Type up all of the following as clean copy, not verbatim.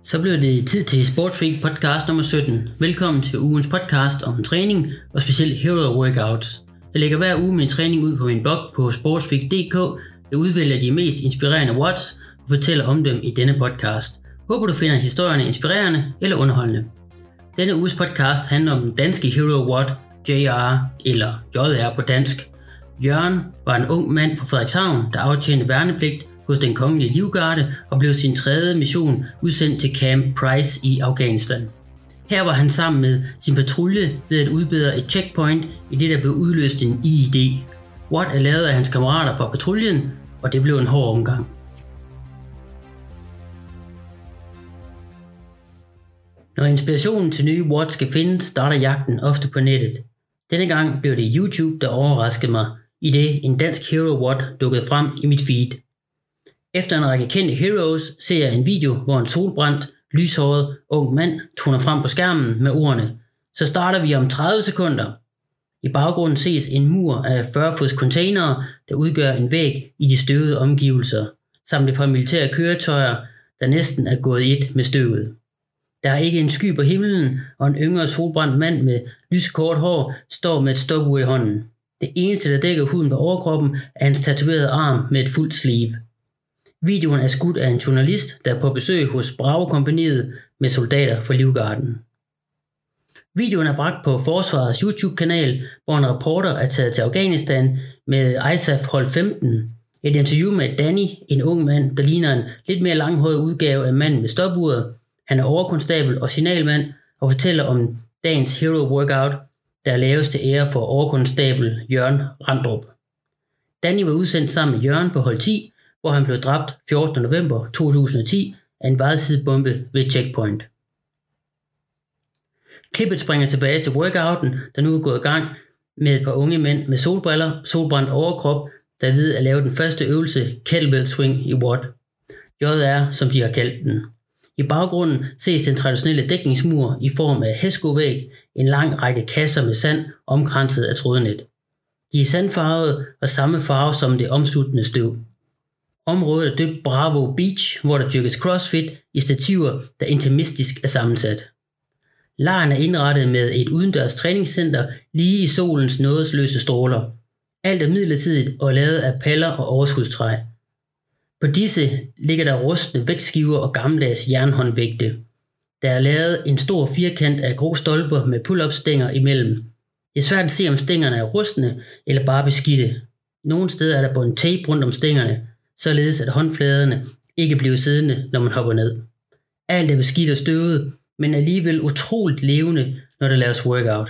Så blev det tid til Sportsfreak podcast nummer 17. Velkommen til ugens podcast om træning og specielt hero workouts. Jeg lægger hver uge min træning ud på min blog på sportsfreak.dk. Jeg udvælger de mest inspirerende watts og fortæller om dem i denne podcast. Håber du finder historierne inspirerende eller underholdende. Denne uges podcast handler om den danske hero watt JR eller JR på dansk. Jørgen var en ung mand fra Frederikshavn, der aftjente værnepligt hos den kongelige livgarde og blev sin tredje mission udsendt til Camp Price i Afghanistan. Her var han sammen med sin patrulje ved at udbedre et checkpoint, i det der blev udløst en IED. Watt er lavet af hans kammerater fra patruljen, og det blev en hård omgang. Når inspirationen til nye watts skal findes, starter jagten ofte på nettet. Denne gang blev det YouTube, der overraskede mig, i det en dansk hero watt dukkede frem i mit feed. Efter en række kendte heroes ser jeg en video, hvor en solbrændt, lyshåret ung mand toner frem på skærmen med ordene: "Så starter vi om 30 sekunder." I baggrunden ses en mur af 40-fods containere, der udgør en væg i de støvede omgivelser, samt et par militære køretøjer, der næsten er gået i et med støvet. Der er ikke en sky på himlen, og en yngre solbrændt mand med lyskort hår står med et stopur i hånden. Det eneste, der dækker huden på overkroppen, er hans tatoverede arm med et fuldt sleeve. Videoen er skudt af en journalist, der er på besøg hos Bravo-kompagniet med soldater fra Livgarden. Videoen er bragt på Forsvarets YouTube-kanal, hvor en reporter er taget til Afghanistan med ISAF hold 15. Et interview med Danny, en ung mand, der ligner en lidt mere langhåret udgave af manden med stopuret. Han er overkonstabel og signalmand og fortæller om dagens hero workout, der laves til ære for overkonstabel Jørgen Randrup. Danny var udsendt sammen med Jørgen på hold 10, hvor han blev dræbt 14. november 2010 af en vejsidebombe ved checkpoint. Klippet springer tilbage til workouten, der nu er gået i gang med et par unge mænd med solbriller, solbrændt overkrop, der er ved at lave den første øvelse, kettlebell swing i watt. JR, som de har kaldt den. I baggrunden ses den traditionelle dækningsmur i form af hesskovæg, en lang række kasser med sand omkranset af trådnet. De er sandfarvede og samme farve som det omsluttende støv. Området er døbt Bravo Beach, hvor der dyrkes crossfit i stativer, der intimistisk er sammensat. Lejren er indrettet med et udendørs træningscenter lige i solens nådesløse stråler. Alt er midlertidigt og lavet af paller og overskudstræ. På disse ligger der rustne vægtskiver og gammeldags jernhåndvægte. Der er lavet en stor firkant af grå stolper med pull-up-stænger imellem. Det er svært at se, om stængerne er rustne eller bare beskidte. Nogle steder er der bundet tape rundt om stængerne, således at håndfladerne ikke bliver siddende, når man hopper ned. Alt er beskidt og støvet, men alligevel utroligt levende, når der laves workout.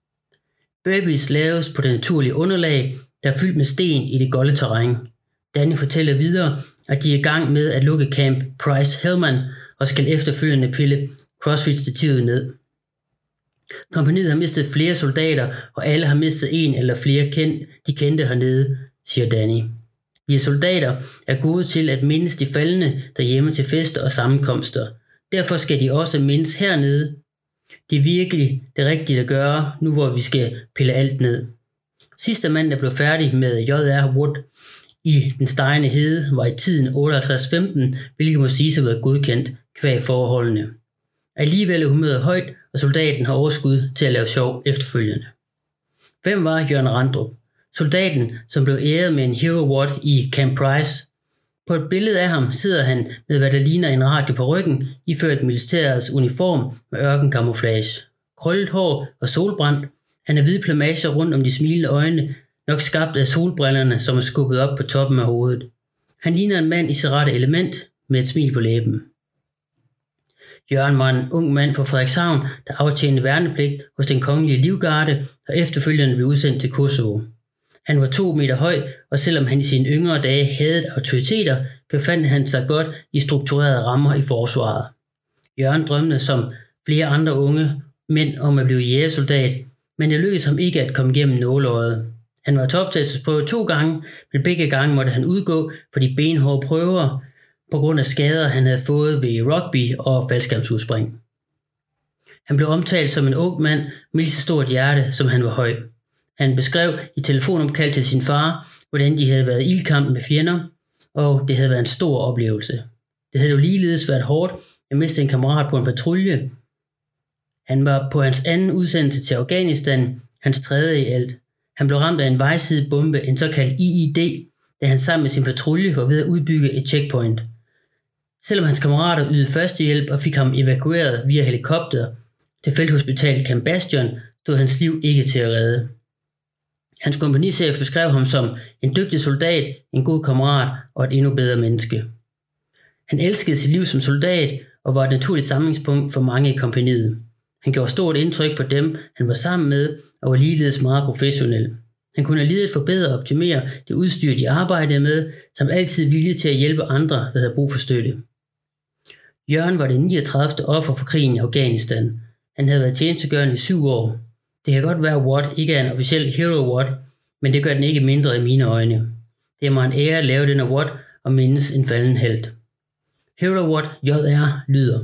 Burpees laves på det naturlige underlag, der er fyldt med sten i det golde terræn. Danny fortæller videre, at de er i gang med at lukke Camp Price Helmand og skal efterfølgende pille CrossFit-stativet ned. Kompagniet har mistet flere soldater, og alle har mistet en eller flere de kendte hernede, siger Danny. Vi soldater er gode til at mindes de faldne derhjemme til fester og sammenkomster. Derfor skal de også mindes hernede. Det er virkelig det rigtige at gøre, nu hvor vi skal pille alt ned. Sidste mandag blev færdig med JR Wood i den stegende hede var i tiden 58-15, hvilket må siges at være godkendt kvæg forholdene. Alligevel er humøret højt, og soldaten har overskud til at lave sjov efterfølgende. Hvem var Jørgen Randrup? Soldaten, som blev æret med en hero watt i Camp Price. På et billede af ham sidder han med hvad der ligner en radio på ryggen, iført militærets uniform med ørkencamouflage. Krøllet hår og solbrændt. Han har hvide plamager rundt om de smilende øjne, nok skabt af solbrillerne, som er skubbet op på toppen af hovedet. Han ligner en mand i sit rette element med et smil på læben. Jørgen var en ung mand fra Frederikshavn, der aftjente værnepligt hos den kongelige livgarde og efterfølgende blev udsendt til Kosovo. Han var 2 meter høj, og selvom han i sine yngre dage havde autoriteter, befandt han sig godt i strukturerede rammer i forsvaret. Jørgen drømte som flere andre unge mænd om at blive jægersoldat, men det lykkedes ham ikke at komme igennem nåleøjet. Han var til optagelsesprøve 2 gange, men begge gange måtte han udgå for de benhårde prøver på grund af skader, han havde fået ved rugby og faldskærmsudspring. Han blev omtalt som en ung mand med lige så stort hjerte, som han var høj. Han beskrev i telefonopkald til sin far, hvordan de havde været i ildkamp med fjender, og det havde været en stor oplevelse. Det havde jo ligeledes været hårdt Jeg mistede en kammerat på en patrulje. Han var på hans anden udsendelse til Afghanistan, hans tredje i alt. Han blev ramt af en vejsidebombe, en såkaldt IED, da han sammen med sin patrulje var ved at udbygge et checkpoint. Selvom hans kammerater ydede førstehjælp og fik ham evakueret via helikopter til felthospitalet Camp Bastion, stod hans liv ikke til at redde. Hans kompagnichef beskrev ham som en dygtig soldat, en god kammerat og et endnu bedre menneske. Han elskede sit liv som soldat og var et naturligt samlingspunkt for mange i kompagniet. Han gjorde stort indtryk på dem, han var sammen med, og var ligeledes meget professionel. Han kunne lidet forbedre og optimere det udstyr, de arbejdede med, samt altid villig til at hjælpe andre, der havde brug for støtte. Jørgen var det 39. offer for krigen i Afghanistan. Han havde været tjenestegørende i 7 år. Det kan godt være, at Watt ikke er en officiel Hero Award, men det gør den ikke mindre i mine øjne. Det er mig en ære at lave den award og mindes en falden helt. Hero Award JR lyder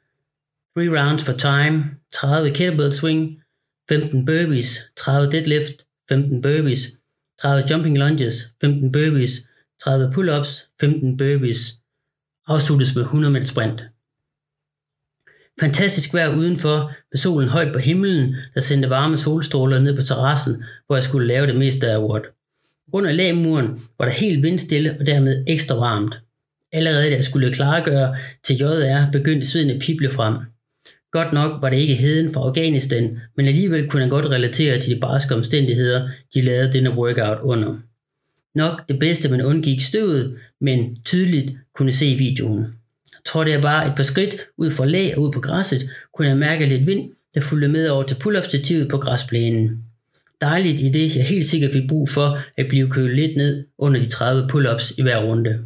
3 rounds for time, 30 kettlebell swing, 15 burpees, 30 deadlift, 15 burpees, 30 jumping lunges, 15 burpees, 30 pull-ups, 15 burpees. Afsluttes med 100 meter sprint. Fantastisk vejr udenfor, med solen højt på himlen, der sendte varme solstråler ned på terrassen, hvor jeg skulle lave det meste af award. Under lagmuren var der helt vindstille og dermed ekstra varmt. Allerede da jeg skulle klargøre til JR, begyndte sveden at pible frem. Godt nok var det ikke heden fra Afghanistan, men alligevel kunne jeg godt relatere til de barske omstændigheder, de lavede denne workout under. Nok det bedste, man undgik støvet, men tydeligt kunne se i videoen. Jeg tror, det er bare et par skridt ud fra læ og ud på græsset, kunne jeg mærke lidt vind, der fulgte med over til pull-up-stativet på græsplænen. Dejligt i det, jeg helt sikkert fik brug for at blive kølet lidt ned under de 30 pull-ups i hver runde.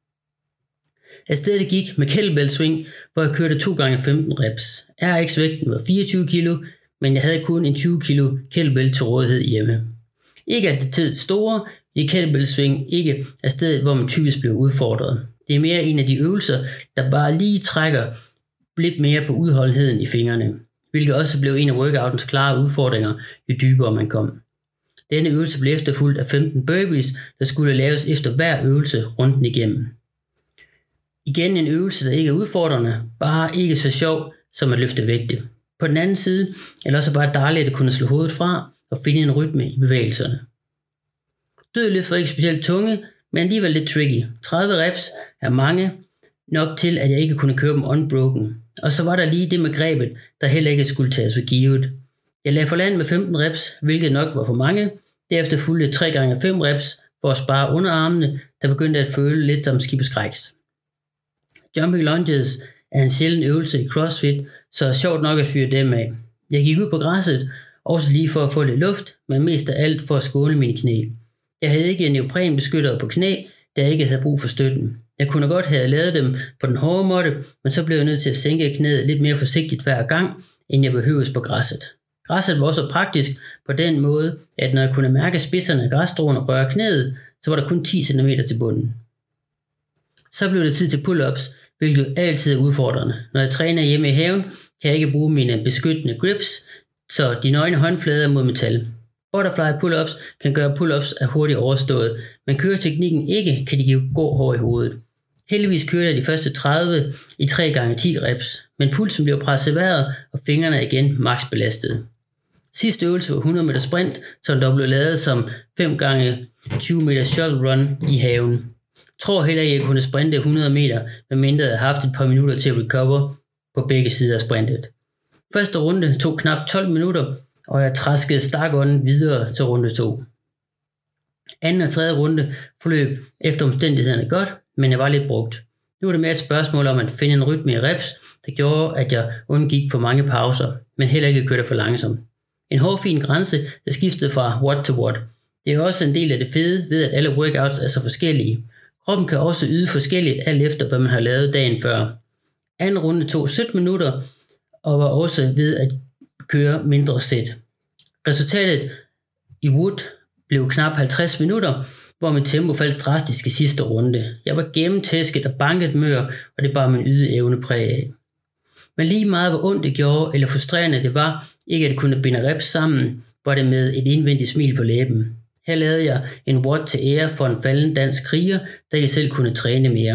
Afsted det gik med kettlebell swing, hvor jeg kørte 2 gange 15 reps. RX-vægten var 24 kilo, men jeg havde kun en 20 kilo kettlebell til rådighed hjemme. Ikke at det til store, i kettlebell swing ikke er stedet, hvor man typisk bliver udfordret. Det er mere en af de øvelser, der bare lige trækker lidt mere på udholdenheden i fingrene, hvilket også blev en af workoutens klare udfordringer, jo dybere man kom. Denne øvelse blev efterfulgt af 15 burpees, der skulle laves efter hver øvelse runden igennem. Igen en øvelse, der ikke er udfordrende, bare ikke så sjov som at løfte vægte. På den anden side er det også bare dejligt at kunne slå hovedet fra og finde en rytme i bevægelserne. Dødløft var ikke specielt tunge, men alligevel lidt tricky. 30 reps er mange nok til, at jeg ikke kunne køre dem unbroken. Og så var der lige det med grebet, der heller ikke skulle tages for givet. Jeg lagde for land med 15 reps, hvilket nok var for mange. Derefter fulgte 3 gange 5 reps for at spare underarmene, der begyndte at føle lidt som skibeskræks. Jumping lunges er en sjælden øvelse i CrossFit, så er sjovt nok at fyre dem af. Jeg gik ud på græsset, også lige for at få lidt luft, men mest af alt for at skåne mine knæ. Jeg havde ikke en neoprenbeskytter på knæ, da jeg ikke havde brug for støtten. Jeg kunne godt have lavet dem på den hårde måtte, men så blev jeg nødt til at sænke knæet lidt mere forsigtigt hver gang, end jeg behøves på græsset. Græsset var også praktisk på den måde, at når jeg kunne mærke spidserne af græsstråene røre knæet, så var der kun 10 cm til bunden. Så blev det tid til pull-ups, hvilket altid er udfordrende. Når jeg træner hjemme i haven, kan jeg ikke bruge mine beskyttende grips, så de nøgne håndflader mod metal. Butterfly pull-ups kan gøre pull-ups er hurtigt overstået, men kører teknikken ikke, kan de give god hår i hovedet. Heldigvis kører jeg de første 30 i 3 gange 10 reps, men pulsen blev presset i vejret, og fingrene er igen max belastet. Sidste øvelse var 100 meter sprint, som der blev lavet som 5 gange 20 meter shuttle run i haven. Tror heller ikke, at jeg kunne sprinte 100 meter, medmindre jeg havde haft et par minutter til at recover på begge sider af sprintet. Første runde tog knap 12 minutter, og jeg traskede stakånden videre til runde 2. Anden og tredje runde forløb efter omstændighederne godt, men jeg var lidt brugt. Nu var det mere et spørgsmål om at finde en rytme i reps, der gjorde, at jeg undgik for mange pauser, men heller ikke kørte for langsomt. En hårfin grænse, der skiftede fra watt til watt. Det er også en del af det fede ved, at alle workouts er så forskellige. Kroppen kan også yde forskelligt alt efter, hvad man har lavet dagen før. Anden runde tog 17 minutter, og var også ved at køre mindre sæt. Resultatet i Wood blev knap 50 minutter, hvor mit tempo faldt drastisk i sidste runde. Jeg var gennemtæsket og banket mør, og det bar min ydeevne præg af. Men lige meget hvor ondt det gjorde, eller frustrerende det var, ikke at kunne binde reps sammen, var det med et indvendigt smil på læben. Her lavede jeg en watt til ære for en falden dansk kriger, der ikke selv kunne træne mere.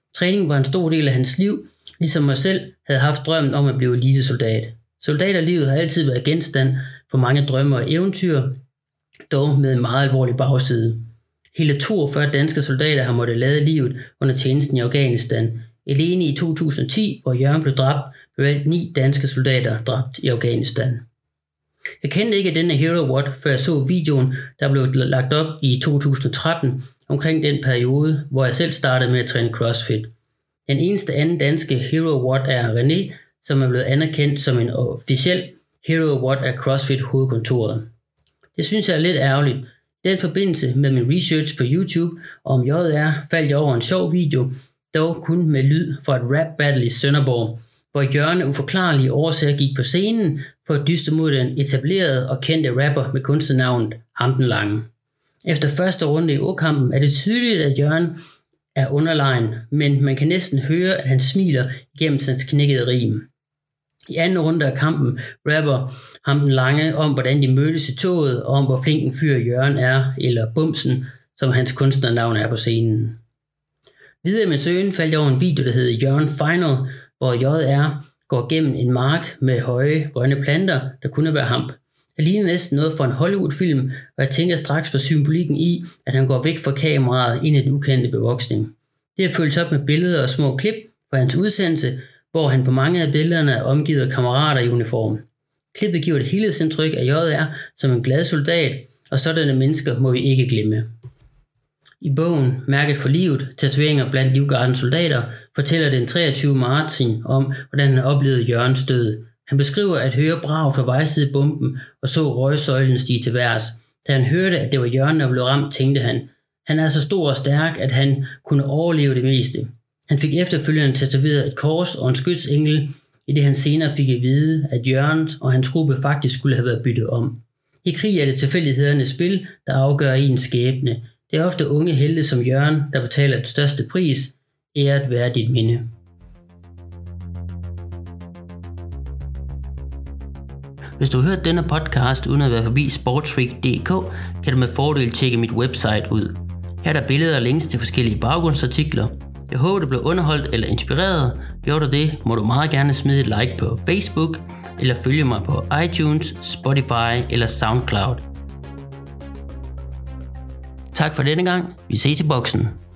Træningen var en stor del af hans liv, ligesom mig selv havde haft drømmen om at blive elitesoldat. Soldaterlivet har altid været genstand for mange drømme og eventyr, dog med en meget alvorlig bagside. Hele 42 danske soldater har måttet lade livet under tjenesten i Afghanistan. Alene i 2010, hvor Jørgen blev dræbt, blev alt 9 danske soldater dræbt i Afghanistan. Jeg kendte ikke denne Hero What, før jeg så videoen, der blev lagt op i 2013, omkring den periode, hvor jeg selv startede med at træne CrossFit. Den eneste anden danske Hero What er René, som er blevet anerkendt som en officiel Hero What af CrossFit hovedkontoret. Det synes jeg er lidt ærgerligt. I den forbindelse med min research på YouTube om JR faldt jeg over en sjov video, dog kun med lyd fra et rap battle i Sønderborg, hvor Jørgen af uforklarlige årsager gik på scenen for at dyste mod den etablerede og kendte rapper med kunstnernavnet Ham den Lange. Efter første runde i ordkampen er det tydeligt, at Jørgen er underlegen, men man kan næsten høre, at han smiler igennem hans knækkede rim. I anden runde af kampen rapper Ham den Lange om, hvordan de mødtes i toget, og om hvor flink en fyr Jørgen er, eller Bumsen, som hans kunstnernavn er på scenen. Videre med søgen faldt jeg over en video, der hedder Jørgen Final, hvor JR går gennem en mark med høje grønne planter, der kunne være hamp. Det ligner næsten noget fra en Hollywood-film, og jeg tænker straks på symbolikken i, at han går væk fra kameraet ind i den ukendte bevoksning. Det er følges op med billeder og små klip fra hans udsendelse, hvor han på mange af billederne er omgivet af kammerater i uniform. Klippet giver et helhedsindtryk af JR som en glad soldat, og sådanne mennesker må vi ikke glemme. I bogen Mærket for livet, tatoveringer blandt Livgardens soldater, fortæller den 23 Martin om, hvordan han oplevede Jørgens død. Han beskriver at høre brag fra vejsidebomben og så røgsøjlen stige til værs. Da han hørte, at det var Jørgen, der blev ramt, tænkte han er så stor og stærk, at han kunne overleve det meste. Han fik efterfølgende tatoveret et kors og en skytsengel, i det han senere fik at vide, at Jørgen og hans gruppe faktisk skulle have været byttet om. I krig er det tilfældighedernes spil, der afgør ens skæbne. Det er ofte unge helte som Jørgen, der betaler den største pris. Æret være dit minde. Hvis du har hørt denne podcast uden at være forbi sportsfreak.dk, kan du med fordel tjekke mit website ud. Her er der billeder og links til forskellige baggrundsartikler. Jeg håber, du blev underholdt eller inspireret. Gjorde du det, må du meget gerne smide et like på Facebook, eller følge mig på iTunes, Spotify eller SoundCloud. Tak for denne gang. Vi ses i boksen.